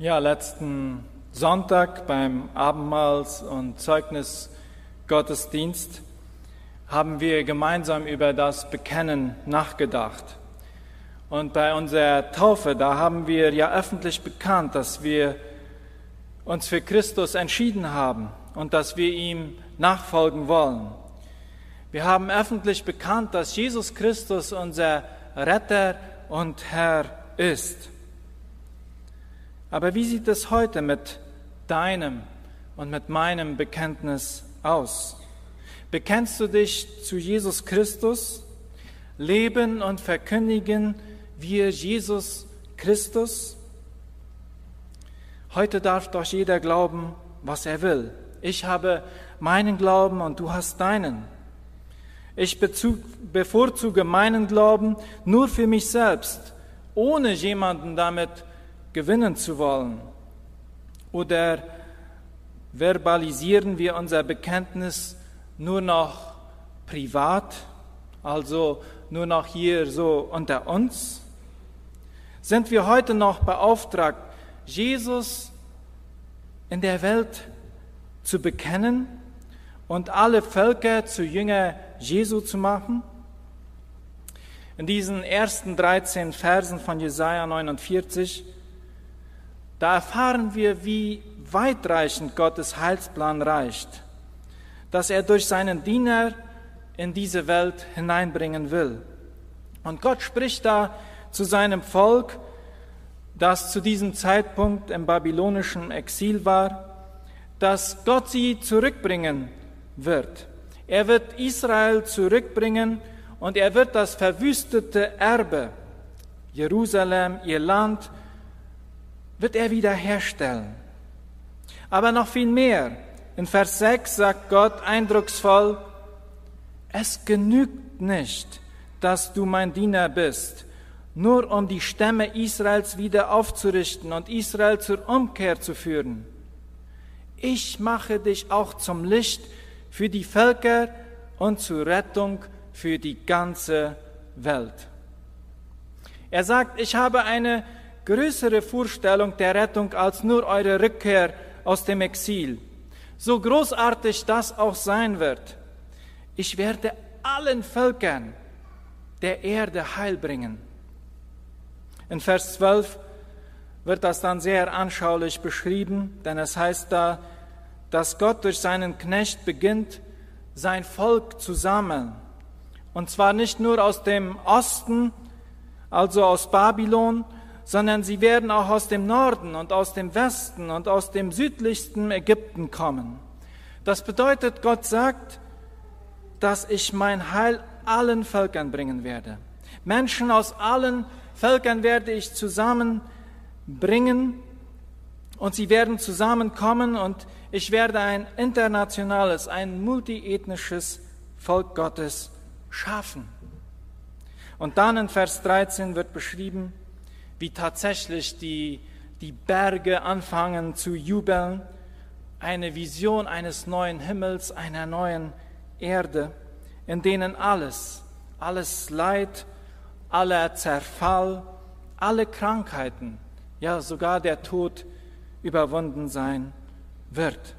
Ja, letzten Sonntag beim Abendmahls- und Zeugnisgottesdienst haben wir gemeinsam über das Bekennen nachgedacht. Und bei unserer Taufe, da haben wir ja öffentlich bekannt, dass wir uns für Christus entschieden haben und dass wir ihm nachfolgen wollen. Wir haben öffentlich bekannt, dass Jesus Christus unser Retter und Herr ist. Aber wie sieht es heute mit deinem und mit meinem Bekenntnis aus? Bekennst du dich zu Jesus Christus? Leben und verkündigen wir Jesus Christus? Heute darf doch jeder glauben, was er will. Ich habe meinen Glauben und du hast deinen. Ich bevorzuge meinen Glauben nur für mich selbst, ohne jemanden damit gewinnen zu wollen. Oder verbalisieren wir unser Bekenntnis nur noch privat, also nur noch hier so unter uns? Sind wir heute noch beauftragt, Jesus in der Welt zu bekennen und alle Völker zu Jünger Jesu zu machen? In diesen ersten 13 Versen von Jesaja 49, da erfahren wir, wie weitreichend Gottes Heilsplan reicht, dass er durch seinen Diener in diese Welt hineinbringen will. Und Gott spricht da zu seinem Volk, das zu diesem Zeitpunkt im babylonischen Exil war, dass Gott sie zurückbringen wird. Er wird Israel zurückbringen und er wird das verwüstete Erbe, Jerusalem, ihr Land, wird er wiederherstellen. Aber noch viel mehr. In Vers 6 sagt Gott eindrucksvoll, es genügt nicht, dass du mein Diener bist, nur um die Stämme Israels wieder aufzurichten und Israel zur Umkehr zu führen. Ich mache dich auch zum Licht für die Völker und zur Rettung für die ganze Welt. Er sagt, ich habe eine größere Vorstellung der Rettung als nur eure Rückkehr aus dem Exil. So großartig das auch sein wird. Ich werde allen Völkern der Erde Heil bringen. In Vers 12 wird das dann sehr anschaulich beschrieben, denn es heißt da, dass Gott durch seinen Knecht beginnt, sein Volk zu sammeln. Und zwar nicht nur aus dem Osten, also aus Babylon, sondern sie werden auch aus dem Norden und aus dem Westen und aus dem südlichsten Ägypten kommen. Das bedeutet, Gott sagt, dass ich mein Heil allen Völkern bringen werde. Menschen aus allen Völkern werde ich zusammenbringen und sie werden zusammenkommen und ich werde ein internationales, ein multiethnisches Volk Gottes schaffen. Und dann in Vers 13 wird beschrieben, wie tatsächlich die Berge anfangen zu jubeln, eine Vision eines neuen Himmels, einer neuen Erde, in denen alles Leid, aller Zerfall, alle Krankheiten, ja sogar der Tod überwunden sein wird.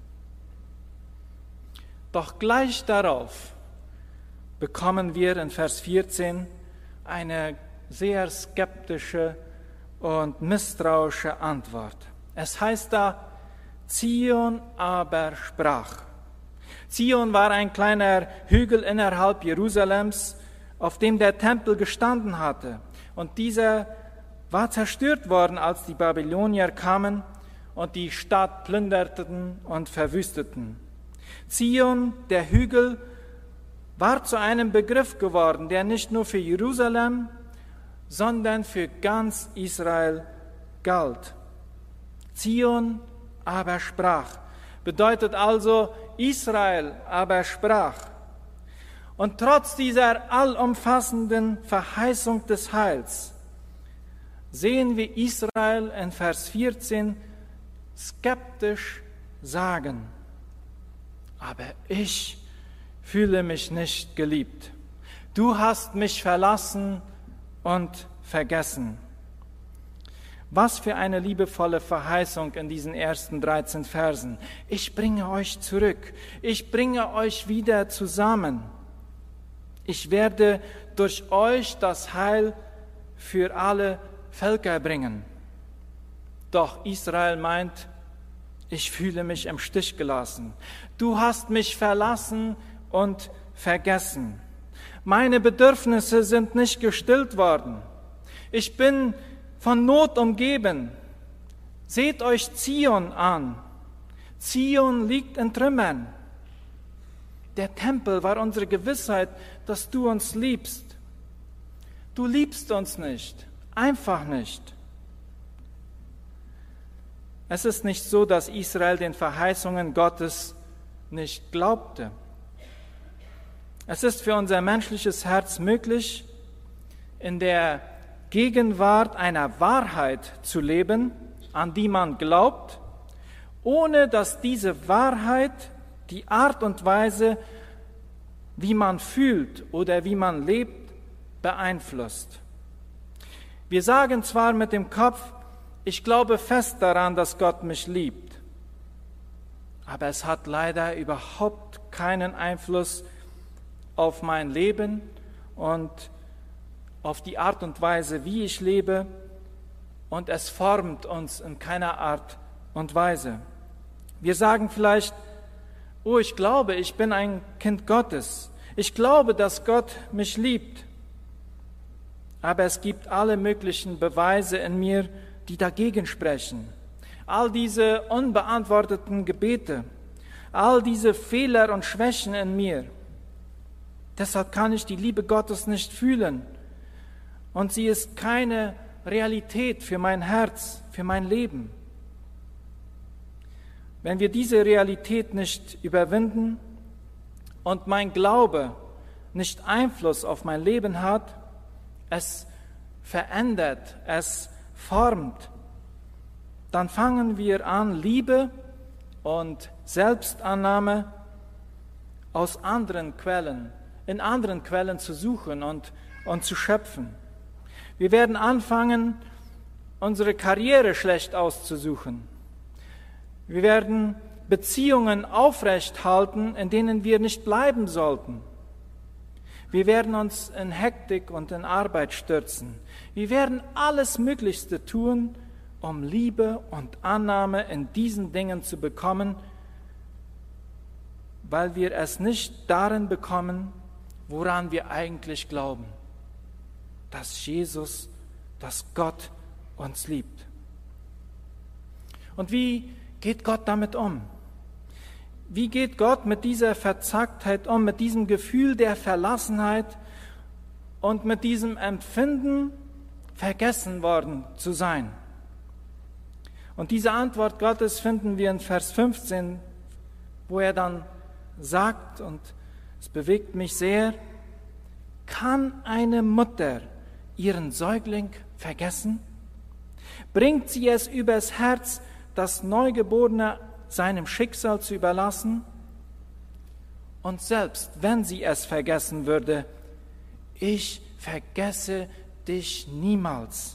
Doch gleich darauf bekommen wir in Vers 14 eine sehr skeptische und misstrauische Antwort. Es heißt da, Zion aber sprach. Zion war ein kleiner Hügel innerhalb Jerusalems, auf dem der Tempel gestanden hatte. Und dieser war zerstört worden, als die Babylonier kamen und die Stadt plünderten und verwüsteten. Zion, der Hügel, war zu einem Begriff geworden, der nicht nur für Jerusalem, sondern für ganz Israel galt. Zion aber sprach, bedeutet also Israel aber sprach. Und trotz dieser allumfassenden Verheißung des Heils sehen wir Israel in Vers 14 skeptisch sagen, aber ich fühle mich nicht geliebt. Du hast mich verlassen und vergessen. Was für eine liebevolle Verheißung in diesen ersten 13 Versen. Ich bringe euch zurück. Ich bringe euch wieder zusammen. Ich werde durch euch das Heil für alle Völker bringen. Doch Israel meint, ich fühle mich im Stich gelassen. Du hast mich verlassen und vergessen. Meine Bedürfnisse sind nicht gestillt worden. Ich bin von Not umgeben. Seht euch Zion an. Zion liegt in Trümmern. Der Tempel war unsere Gewissheit, dass du uns liebst. Du liebst uns nicht, einfach nicht. Es ist nicht so, dass Israel den Verheißungen Gottes nicht glaubte. Es ist für unser menschliches Herz möglich, in der Gegenwart einer Wahrheit zu leben, an die man glaubt, ohne dass diese Wahrheit die Art und Weise, wie man fühlt oder wie man lebt, beeinflusst. Wir sagen zwar mit dem Kopf, ich glaube fest daran, dass Gott mich liebt, aber es hat leider überhaupt keinen Einfluss auf mein Leben und auf die Art und Weise, wie ich lebe, und es formt uns in keiner Art und Weise. Wir sagen vielleicht, oh, ich glaube, ich bin ein Kind Gottes. Ich glaube, dass Gott mich liebt. Aber es gibt alle möglichen Beweise in mir, die dagegen sprechen. All diese unbeantworteten Gebete, all diese Fehler und Schwächen in mir. Deshalb kann ich die Liebe Gottes nicht fühlen. Und sie ist keine Realität für mein Herz, für mein Leben. Wenn wir diese Realität nicht überwinden und mein Glaube nicht Einfluss auf mein Leben hat, es verändert, es formt, dann fangen wir an, Liebe und Selbstannahme aus anderen Quellen, in anderen Quellen zu suchen und zu schöpfen. Wir werden anfangen, unsere Karriere schlecht auszusuchen. Wir werden Beziehungen aufrechthalten, in denen wir nicht bleiben sollten. Wir werden uns in Hektik und in Arbeit stürzen. Wir werden alles Möglichste tun, um Liebe und Annahme in diesen Dingen zu bekommen, weil wir es nicht darin bekommen, woran wir eigentlich glauben, dass Jesus, dass Gott uns liebt. Und wie geht Gott damit um? Wie geht Gott mit dieser Verzagtheit um, mit diesem Gefühl der Verlassenheit und mit diesem Empfinden, vergessen worden zu sein? Und diese Antwort Gottes finden wir in Vers 15, wo er dann sagt, und es bewegt mich sehr, kann eine Mutter ihren Säugling vergessen? Bringt sie es übers Herz, das Neugeborene seinem Schicksal zu überlassen? Und selbst wenn sie es vergessen würde, ich vergesse dich niemals.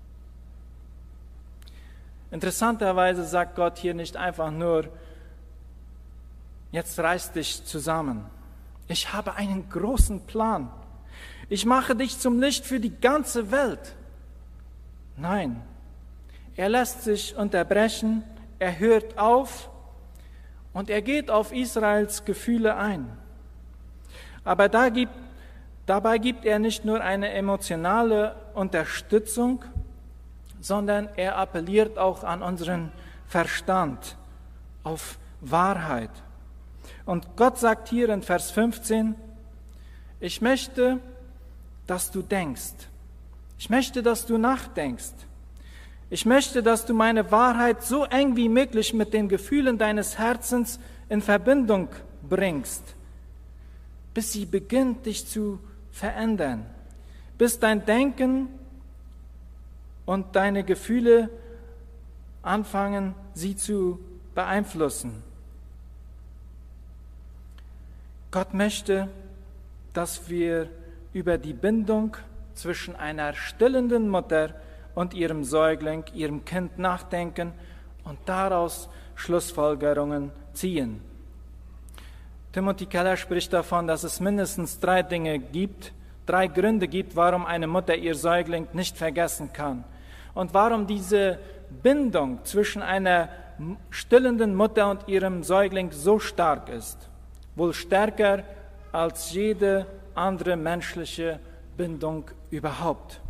Interessanterweise sagt Gott hier nicht einfach nur, jetzt reiß dich zusammen. Ich habe einen großen Plan. Ich mache dich zum Licht für die ganze Welt. Nein, er lässt sich unterbrechen, er hört auf und er geht auf Israels Gefühle ein. Aber dabei gibt er nicht nur eine emotionale Unterstützung, sondern er appelliert auch an unseren Verstand, auf Wahrheit. Und Gott sagt hier in Vers 15, ich möchte, dass du denkst. Ich möchte, dass du nachdenkst. Ich möchte, dass du meine Wahrheit so eng wie möglich mit den Gefühlen deines Herzens in Verbindung bringst, bis sie beginnt, dich zu verändern, bis dein Denken und deine Gefühle anfangen, sie zu beeinflussen. Gott möchte, dass wir über die Bindung zwischen einer stillenden Mutter und ihrem Säugling, ihrem Kind nachdenken und daraus Schlussfolgerungen ziehen. Timothy Keller spricht davon, dass es mindestens 3 Gründe gibt, warum eine Mutter ihr Säugling nicht vergessen kann und warum diese Bindung zwischen einer stillenden Mutter und ihrem Säugling so stark ist, wohl stärker als jede andere menschliche Bindung überhaupt.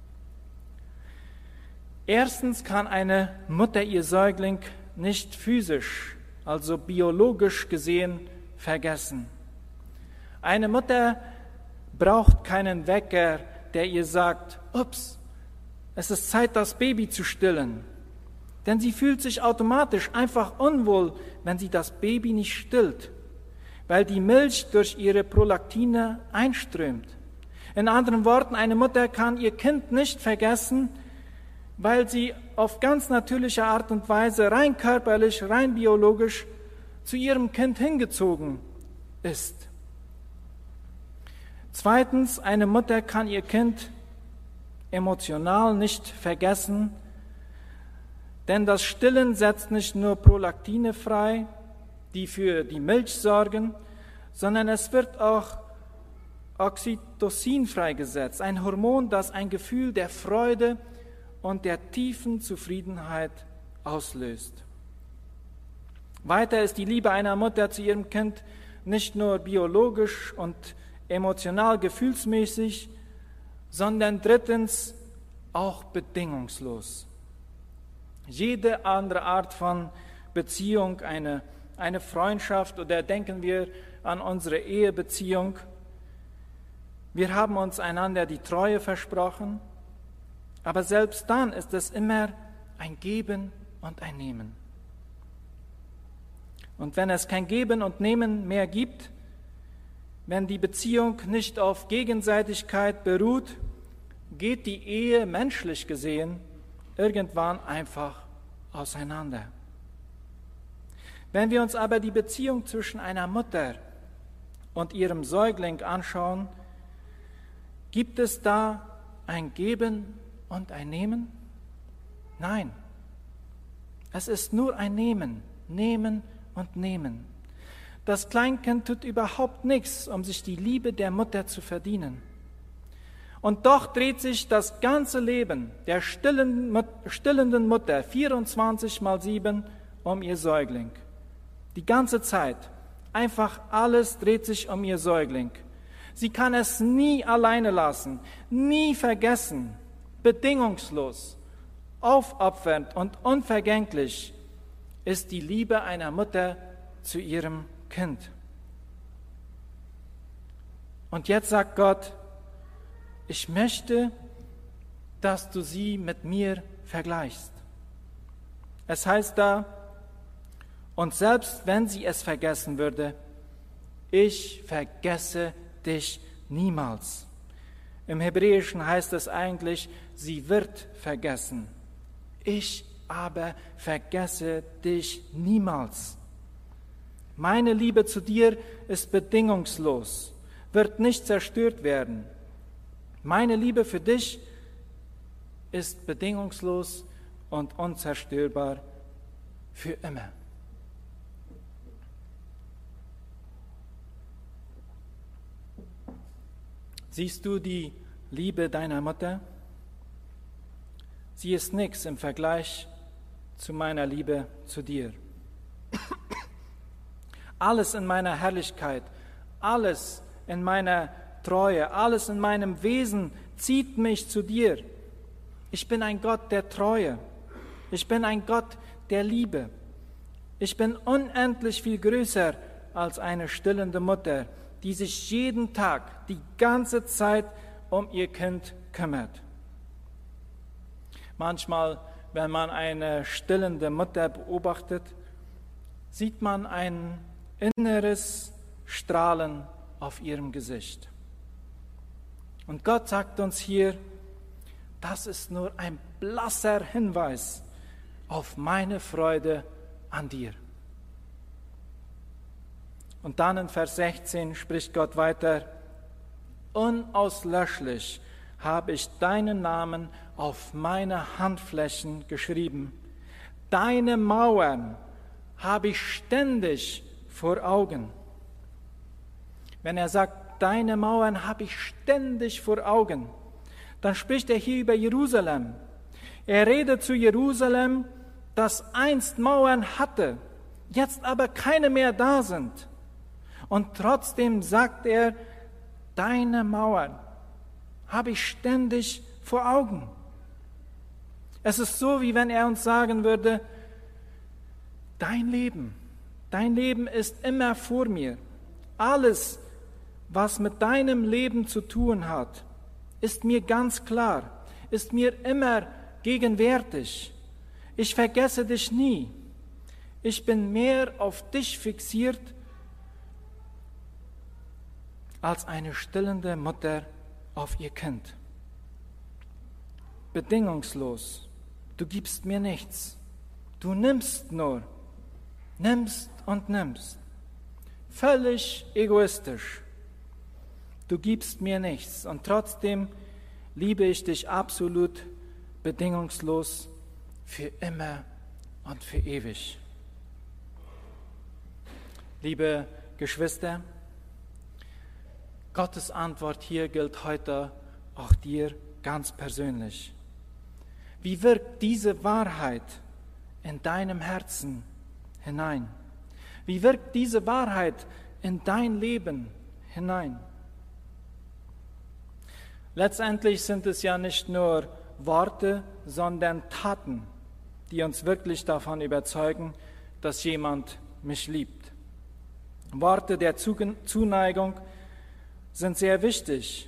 Erstens kann eine Mutter ihr Säugling nicht physisch, also biologisch gesehen, vergessen. Eine Mutter braucht keinen Wecker, der ihr sagt, ups, es ist Zeit, das Baby zu stillen. Denn sie fühlt sich automatisch einfach unwohl, wenn sie das Baby nicht stillt, weil die Milch durch ihre Prolaktine einströmt. In anderen Worten, eine Mutter kann ihr Kind nicht vergessen, weil sie auf ganz natürliche Art und Weise, rein körperlich, rein biologisch, zu ihrem Kind hingezogen ist. Zweitens, eine Mutter kann ihr Kind emotional nicht vergessen, denn das Stillen setzt nicht nur Prolaktine frei, die für die Milch sorgen, sondern es wird auch Oxytocin freigesetzt, ein Hormon, das ein Gefühl der Freude und der tiefen Zufriedenheit auslöst. Weiter ist die Liebe einer Mutter zu ihrem Kind nicht nur biologisch und emotional gefühlsmäßig, sondern drittens auch bedingungslos. Jede andere Art von Beziehung, eine Freundschaft oder denken wir an unsere Ehebeziehung, wir haben uns einander die Treue versprochen, aber selbst dann ist es immer ein Geben und ein Nehmen. Und wenn es kein Geben und Nehmen mehr gibt, wenn die Beziehung nicht auf Gegenseitigkeit beruht, geht die Ehe menschlich gesehen irgendwann einfach auseinander. Wenn wir uns aber die Beziehung zwischen einer Mutter und ihrem Säugling anschauen, gibt es da ein Geben und ein Nehmen? Nein, es ist nur ein Nehmen, Nehmen und Nehmen. Das Kleinkind tut überhaupt nichts, um sich die Liebe der Mutter zu verdienen. Und doch dreht sich das ganze Leben der stillenden Mutter 24/7 um ihr Säugling. Die ganze Zeit. Einfach alles dreht sich um ihr Säugling. Sie kann es nie alleine lassen, nie vergessen, bedingungslos, aufopfernd und unvergänglich ist die Liebe einer Mutter zu ihrem Kind. Und jetzt sagt Gott, ich möchte, dass du sie mit mir vergleichst. Es heißt da, und selbst wenn sie es vergessen würde, ich vergesse dich niemals. Im Hebräischen heißt es eigentlich, sie wird vergessen. Ich aber vergesse dich niemals. Meine Liebe zu dir ist bedingungslos, wird nicht zerstört werden. Meine Liebe für dich ist bedingungslos und unzerstörbar für immer. Siehst du die Liebe deiner Mutter? Sie ist nichts im Vergleich zu meiner Liebe zu dir. Alles in meiner Herrlichkeit, alles in meiner Treue, alles in meinem Wesen zieht mich zu dir. Ich bin ein Gott der Treue. Ich bin ein Gott der Liebe. Ich bin unendlich viel größer als eine stillende Mutter, die sich jeden Tag, die ganze Zeit um ihr Kind kümmert. Manchmal, wenn man eine stillende Mutter beobachtet, sieht man ein inneres Strahlen auf ihrem Gesicht. Und Gott sagt uns hier, das ist nur ein blasser Hinweis auf meine Freude an dir. Und dann in Vers 16 spricht Gott weiter, unauslöschlich habe ich deinen Namen auf meine Handflächen geschrieben. Deine Mauern habe ich ständig vor Augen. Wenn er sagt, deine Mauern habe ich ständig vor Augen, dann spricht er hier über Jerusalem. Er redet zu Jerusalem, das einst Mauern hatte, jetzt aber keine mehr da sind. Und trotzdem sagt er, deine Mauern habe ich ständig vor Augen. Es ist so, wie wenn er uns sagen würde, dein Leben ist immer vor mir. Alles, was mit deinem Leben zu tun hat, ist mir ganz klar, ist mir immer gegenwärtig. Ich vergesse dich nie. Ich bin mehr auf dich fixiert als eine stillende Mutter auf ihr Kind. Bedingungslos. Du gibst mir nichts. Du nimmst nur. Nimmst und nimmst. Völlig egoistisch. Du gibst mir nichts und trotzdem liebe ich dich absolut bedingungslos für immer und für ewig. Liebe Geschwister, Gottes Antwort hier gilt heute auch dir ganz persönlich. Wie wirkt diese Wahrheit in deinem Herzen hinein? Wie wirkt diese Wahrheit in dein Leben hinein? Letztendlich sind es ja nicht nur Worte, sondern Taten, die uns wirklich davon überzeugen, dass jemand mich liebt. Worte der Zuneigung sind sehr wichtig.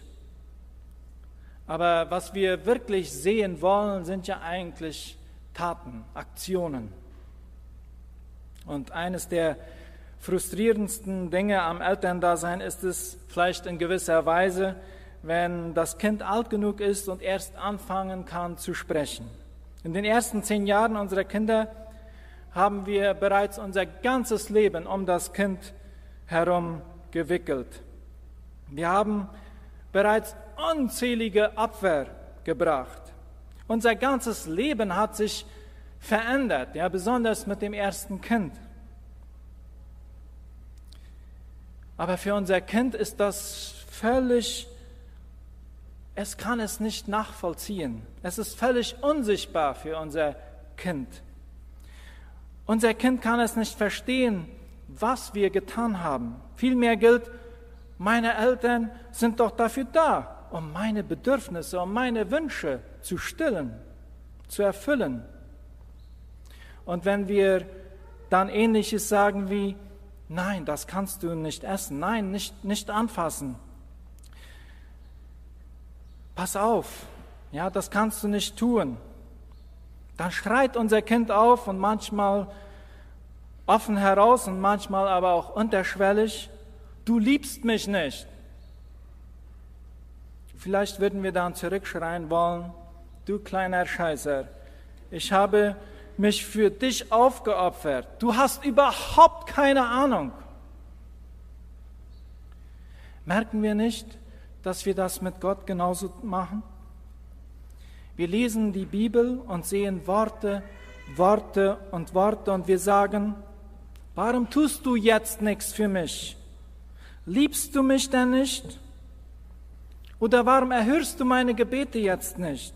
Aber was wir wirklich sehen wollen, sind ja eigentlich Taten, Aktionen. Und eines der frustrierendsten Dinge am Elterndasein ist es vielleicht in gewisser Weise, wenn das Kind alt genug ist und erst anfangen kann zu sprechen. In den ersten 10 Jahren unserer Kinder haben wir bereits unser ganzes Leben um das Kind herum gewickelt. Wir haben bereits unzählige Opfer gebracht. Unser ganzes Leben hat sich verändert, ja, besonders mit dem ersten Kind. Aber für unser Kind ist das es kann es nicht nachvollziehen. Es ist völlig unsichtbar für unser Kind. Unser Kind kann es nicht verstehen, was wir getan haben. Vielmehr gilt, meine Eltern sind doch dafür da, um meine Bedürfnisse, um meine Wünsche zu stillen, zu erfüllen. Und wenn wir dann Ähnliches sagen wie, nein, das kannst du nicht essen, nein, nicht anfassen. Pass auf, ja, das kannst du nicht tun. Dann schreit unser Kind auf und manchmal offen heraus und manchmal aber auch unterschwellig, du liebst mich nicht. Vielleicht würden wir dann zurückschreien wollen, du kleiner Scheißer, ich habe mich für dich aufgeopfert. Du hast überhaupt keine Ahnung. Merken wir nicht, dass wir das mit Gott genauso machen? Wir lesen die Bibel und sehen Worte und wir sagen, warum tust du jetzt nichts für mich? Liebst du mich denn nicht? Oder warum erhörst du meine Gebete jetzt nicht?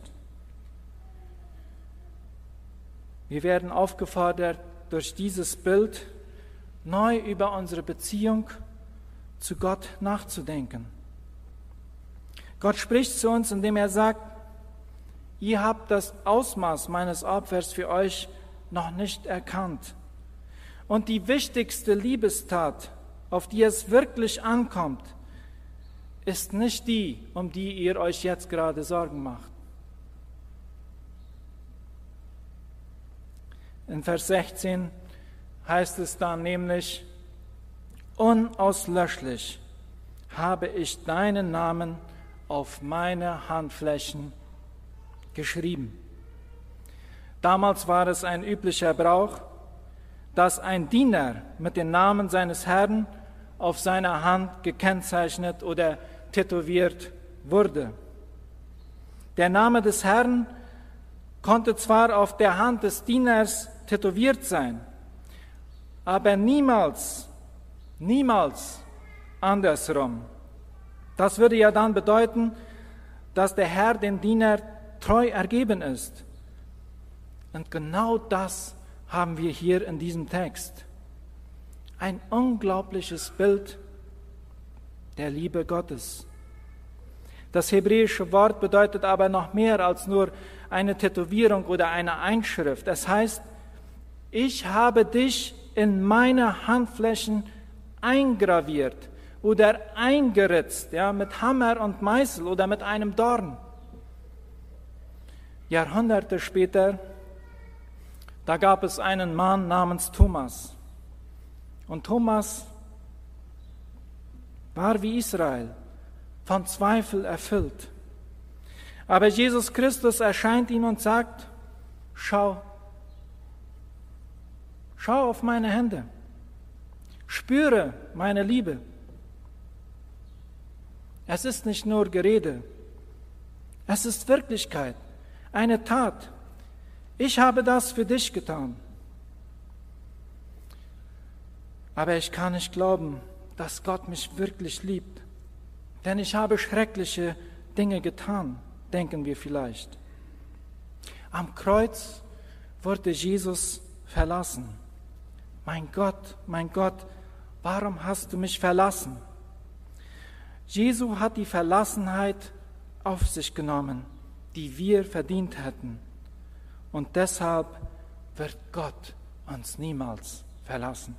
Wir werden aufgefordert, durch dieses Bild neu über unsere Beziehung zu Gott nachzudenken. Gott spricht zu uns, indem er sagt, ihr habt das Ausmaß meines Opfers für euch noch nicht erkannt. Und die wichtigste Liebestat, auf die es wirklich ankommt, ist nicht die, um die ihr euch jetzt gerade Sorgen macht. In Vers 16 heißt es dann nämlich, unauslöschlich habe ich deinen Namen auf meine Handflächen geschrieben. Damals war es ein üblicher Brauch, dass ein Diener mit dem Namen seines Herrn auf seiner Hand gekennzeichnet oder tätowiert wurde. Der Name des Herrn konnte zwar auf der Hand des Dieners tätowiert sein, aber niemals andersrum. Das würde ja dann bedeuten, dass der Herr dem Diener treu ergeben ist. Und genau das haben wir hier in diesem Text. Ein unglaubliches Bild der Liebe Gottes. Das hebräische Wort bedeutet aber noch mehr als nur eine Tätowierung oder eine Einschrift. Es heißt, ich habe dich in meine Handflächen eingraviert oder eingeritzt, ja, mit Hammer und Meißel oder mit einem Dorn. Jahrhunderte später, da gab es einen Mann namens Thomas. Und Thomas war wie Israel, von Zweifel erfüllt. Aber Jesus Christus erscheint ihm und sagt, schau auf meine Hände, spüre meine Liebe. Es ist nicht nur Gerede, es ist Wirklichkeit, eine Tat. Ich habe das für dich getan. Aber ich kann nicht glauben, dass Gott mich wirklich liebt, denn ich habe schreckliche Dinge getan, denken wir vielleicht. Am Kreuz wurde Jesus verlassen. Mein Gott, warum hast du mich verlassen? Jesus hat die Verlassenheit auf sich genommen, die wir verdient hätten. Und deshalb wird Gott uns niemals verlassen.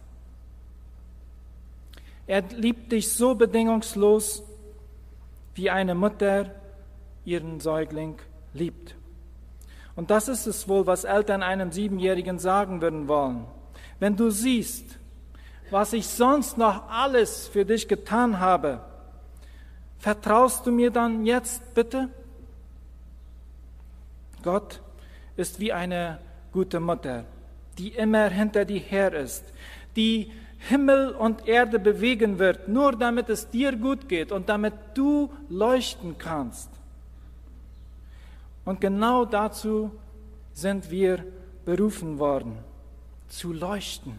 Er liebt dich so bedingungslos, wie eine Mutter ihren Säugling liebt. Und das ist es wohl, was Eltern einem 7-Jährigen sagen würden wollen. Wenn du siehst, was ich sonst noch alles für dich getan habe, vertraust du mir dann jetzt bitte? Gott ist wie eine gute Mutter, die immer hinter dir her ist, die Himmel und Erde bewegen wird, nur damit es dir gut geht und damit du leuchten kannst. Und genau dazu sind wir berufen worden, zu leuchten.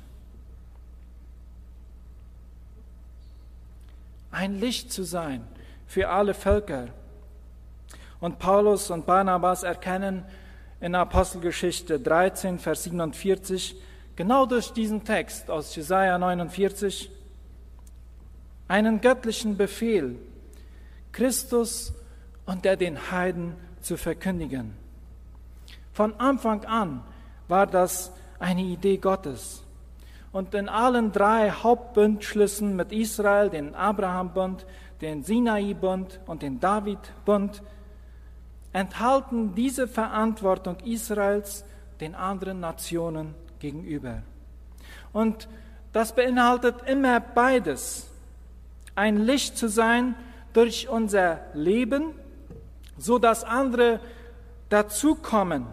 Ein Licht zu sein für alle Völker. Und Paulus und Barnabas erkennen in Apostelgeschichte 13, Vers 47, genau durch diesen Text aus Jesaja 49, einen göttlichen Befehl, Christus unter den Heiden zu verkündigen. Von Anfang an war das eine Idee Gottes. Und in allen 3 Hauptbündschlüssen mit Israel, den Abraham-Bund, den Sinai-Bund und den David-Bund, enthalten diese Verantwortung Israels den anderen Nationen gegenüber. Und das beinhaltet immer beides. Ein Licht zu sein durch unser Leben, so dass andere dazukommen,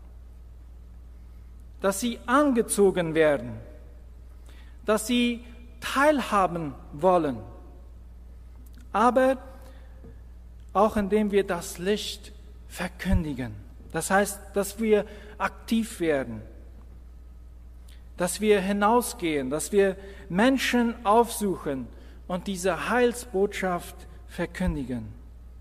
dass sie angezogen werden, dass sie teilhaben wollen, aber auch indem wir das Licht verkündigen. Das heißt, dass wir aktiv werden, dass wir hinausgehen, dass wir Menschen aufsuchen und diese Heilsbotschaft verkündigen.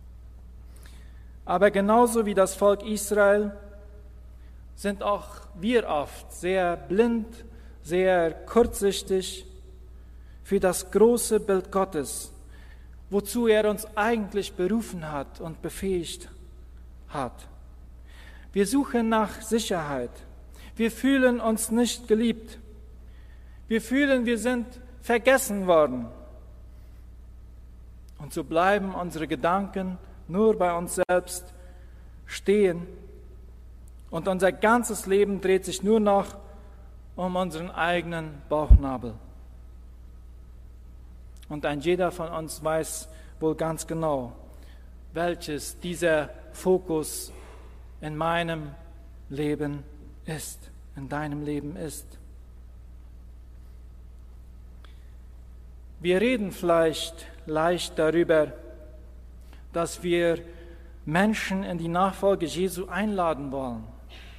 Aber genauso wie das Volk Israel sind auch wir oft sehr blind, sehr kurzsichtig für das große Bild Gottes, wozu er uns eigentlich berufen hat und befähigt hat. Wir suchen nach Sicherheit. Wir fühlen uns nicht geliebt. Wir fühlen, wir sind vergessen worden. Und so bleiben unsere Gedanken nur bei uns selbst stehen und unser ganzes Leben dreht sich nur noch um unseren eigenen Bauchnabel. Und ein jeder von uns weiß wohl ganz genau, welches dieser Fokus in meinem Leben ist, in deinem Leben ist. Wir reden vielleicht leicht darüber, dass wir Menschen in die Nachfolge Jesu einladen wollen.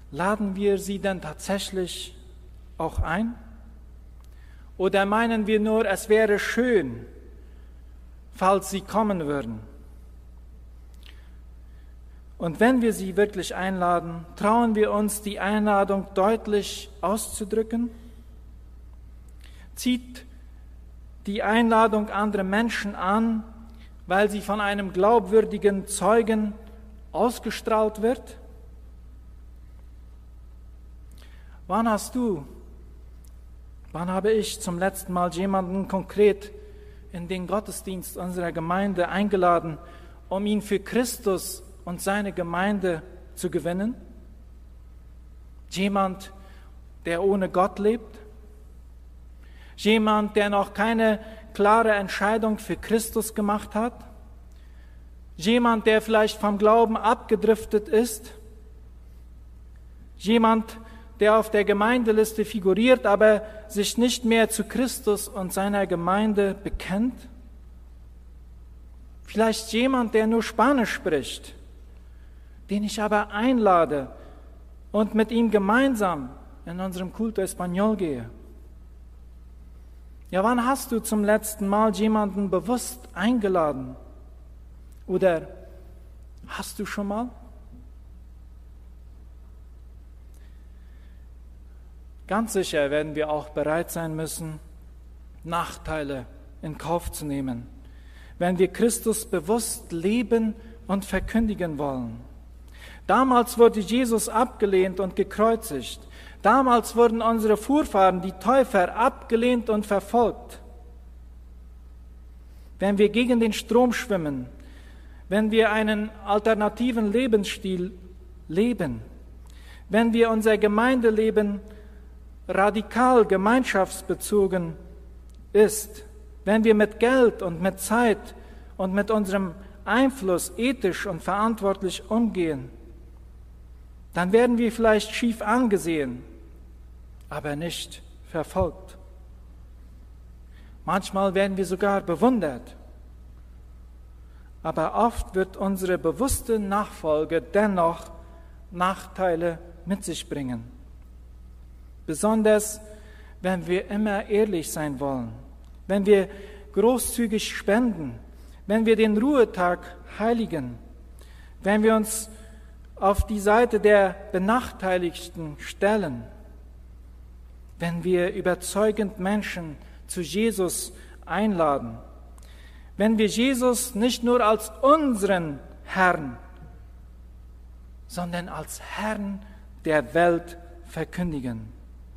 laden wir sie denn tatsächlich auch ein? Oder meinen wir nur, es wäre schön, falls sie kommen würden? Und wenn wir sie wirklich einladen, trauen wir uns, die Einladung deutlich auszudrücken? Zieht die Einladung andere Menschen an, weil sie von einem glaubwürdigen Zeugen ausgestrahlt wird? Wann habe ich zum letzten Mal jemanden konkret in den Gottesdienst unserer Gemeinde eingeladen, um ihn für Christus und seine Gemeinde zu gewinnen? Jemand, der ohne Gott lebt? Jemand, der noch keine klare Entscheidung für Christus gemacht hat? Jemand, der vielleicht vom Glauben abgedriftet ist? Jemand, der auf der Gemeindeliste figuriert, aber sich nicht mehr zu Christus und seiner Gemeinde bekennt? Vielleicht jemand, der nur Spanisch spricht, den ich aber einlade und mit ihm gemeinsam in unserem Culto Español gehe. Ja, wann hast du zum letzten Mal jemanden bewusst eingeladen? Oder hast du schon mal? Ganz sicher werden wir auch bereit sein müssen, Nachteile in Kauf zu nehmen, wenn wir Christus bewusst leben und verkündigen wollen. Damals wurde Jesus abgelehnt und gekreuzigt. Damals wurden unsere Vorfahren, die Täufer, abgelehnt und verfolgt. Wenn wir gegen den Strom schwimmen, wenn wir einen alternativen Lebensstil leben, wenn wir unser Gemeindeleben radikal gemeinschaftsbezogen ist, wenn wir mit Geld und mit Zeit und mit unserem Einfluss ethisch und verantwortlich umgehen, dann werden wir vielleicht schief angesehen, aber nicht verfolgt. Manchmal werden wir sogar bewundert, aber oft wird unsere bewusste Nachfolge dennoch Nachteile mit sich bringen. Besonders, wenn wir immer ehrlich sein wollen, wenn wir großzügig spenden, wenn wir den Ruhetag heiligen, wenn wir uns auf die Seite der Benachteiligten stellen, wenn wir überzeugend Menschen zu Jesus einladen, wenn wir Jesus nicht nur als unseren Herrn, sondern als Herrn der Welt verkündigen.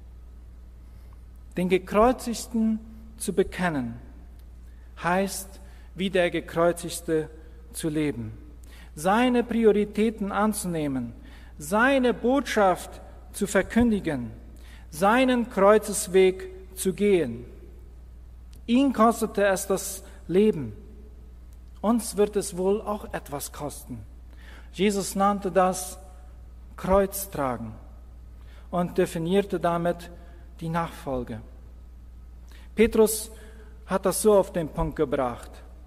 Den Gekreuzigten zu bekennen, heißt, wie der Gekreuzigte zu leben, seine Prioritäten anzunehmen, seine Botschaft zu verkündigen, seinen Kreuzesweg zu gehen. Ihn kostete es das Leben. Uns wird es wohl auch etwas kosten. Jesus nannte das Kreuztragen und definierte damit die Nachfolge. Petrus hat das so auf den Punkt gebracht.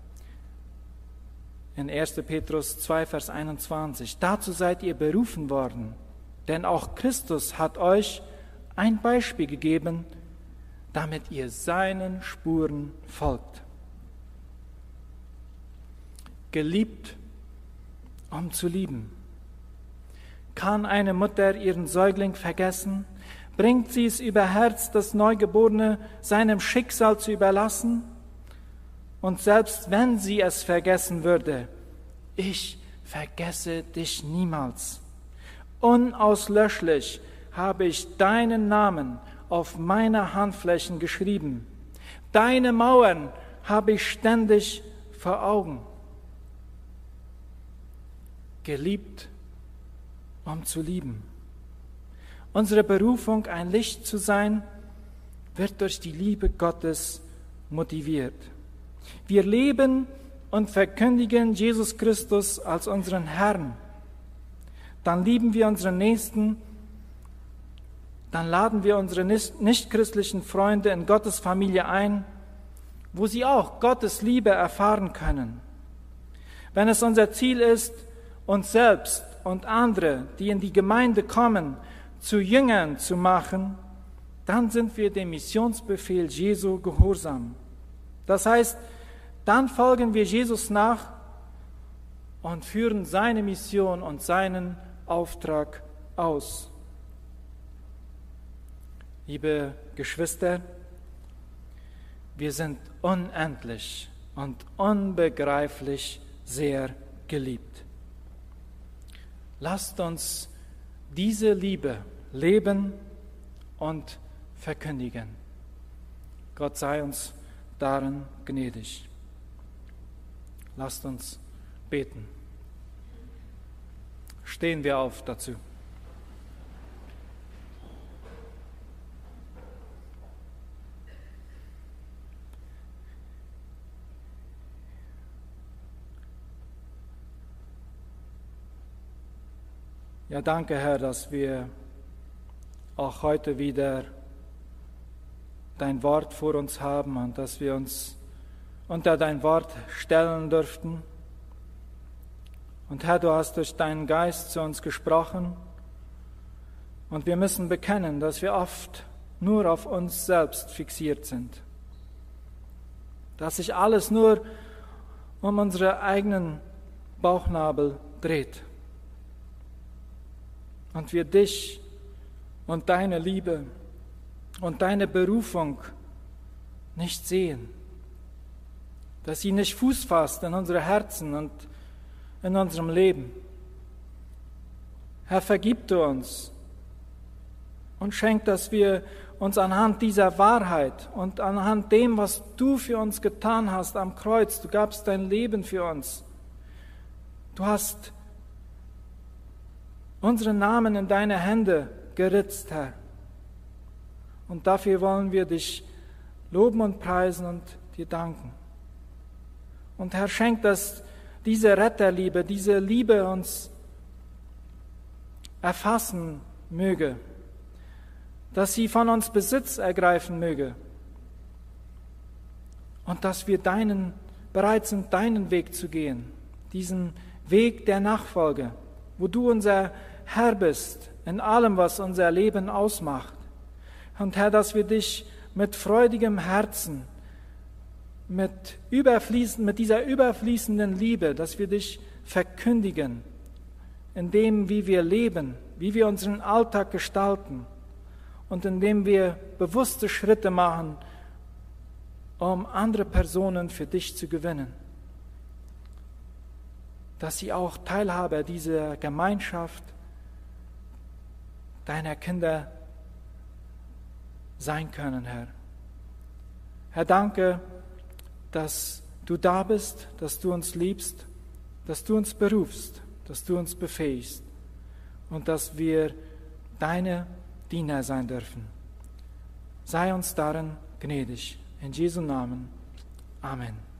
In 1. Petrus 2, Vers 21. Dazu seid ihr berufen worden, denn auch Christus hat euch ein Beispiel gegeben, damit ihr seinen Spuren folgt. Geliebt, um zu lieben. Kann eine Mutter ihren Säugling vergessen? Bringt sie es über Herz, das Neugeborene seinem Schicksal zu überlassen? Und selbst wenn sie es vergessen würde, ich vergesse dich niemals. Unauslöschlich habe ich deinen Namen auf meine Handflächen geschrieben. Deine Mauern habe ich ständig vor Augen. Geliebt, um zu lieben. Unsere Berufung, ein Licht zu sein, wird durch die Liebe Gottes motiviert. Wir leben und verkündigen Jesus Christus als unseren Herrn. Dann lieben wir unseren Nächsten, dann laden wir unsere nichtchristlichen Freunde in Gottes Familie ein, wo sie auch Gottes Liebe erfahren können. Wenn es unser Ziel ist, uns selbst und andere, die in die Gemeinde kommen, zu Jüngern zu machen, dann sind wir dem Missionsbefehl Jesu gehorsam. Das heißt, dann folgen wir Jesus nach und führen seine Mission und seinen Auftrag aus. Liebe Geschwister, wir sind unendlich und unbegreiflich sehr geliebt. Lasst uns diese Liebe leben und verkündigen. Gott sei uns darin gnädig. Lasst uns beten. Stehen wir auf dazu. Ja, danke, Herr, dass wir auch heute wieder dein Wort vor uns haben und dass wir uns unter dein Wort stellen dürften. Und Herr, du hast durch deinen Geist zu uns gesprochen und wir müssen bekennen, dass wir oft nur auf uns selbst fixiert sind, dass sich alles nur um unsere eigenen Bauchnabel dreht und wir dich und deine Liebe und deine Berufung nicht sehen, dass sie nicht Fuß fasst in unsere Herzen und in unserem Leben. Herr, vergib du uns und schenk, dass wir uns anhand dieser Wahrheit und anhand dem, was du für uns getan hast am Kreuz, du gabst dein Leben für uns, du hast unsere Namen in deine Hände geritzt, Herr. Und dafür wollen wir dich loben und preisen und dir danken. Und Herr, schenk, dass diese Retterliebe, diese Liebe uns erfassen möge, dass sie von uns Besitz ergreifen möge und dass wir bereit sind, deinen Weg zu gehen, diesen Weg der Nachfolge, wo du unser Herr bist in allem, was unser Leben ausmacht. Und Herr, dass wir dich mit freudigem Herzen, mit dieser überfließenden Liebe, dass wir dich verkündigen, in dem, wie wir leben, wie wir unseren Alltag gestalten und indem wir bewusste Schritte machen, um andere Personen für dich zu gewinnen. Dass sie auch Teilhaber dieser Gemeinschaft, deiner Kinder sein können, Herr. Herr, danke, dass du da bist, dass du uns liebst, dass du uns berufst, dass du uns befähigst und dass wir deine Diener sein dürfen. Sei uns darin gnädig. In Jesu Namen. Amen.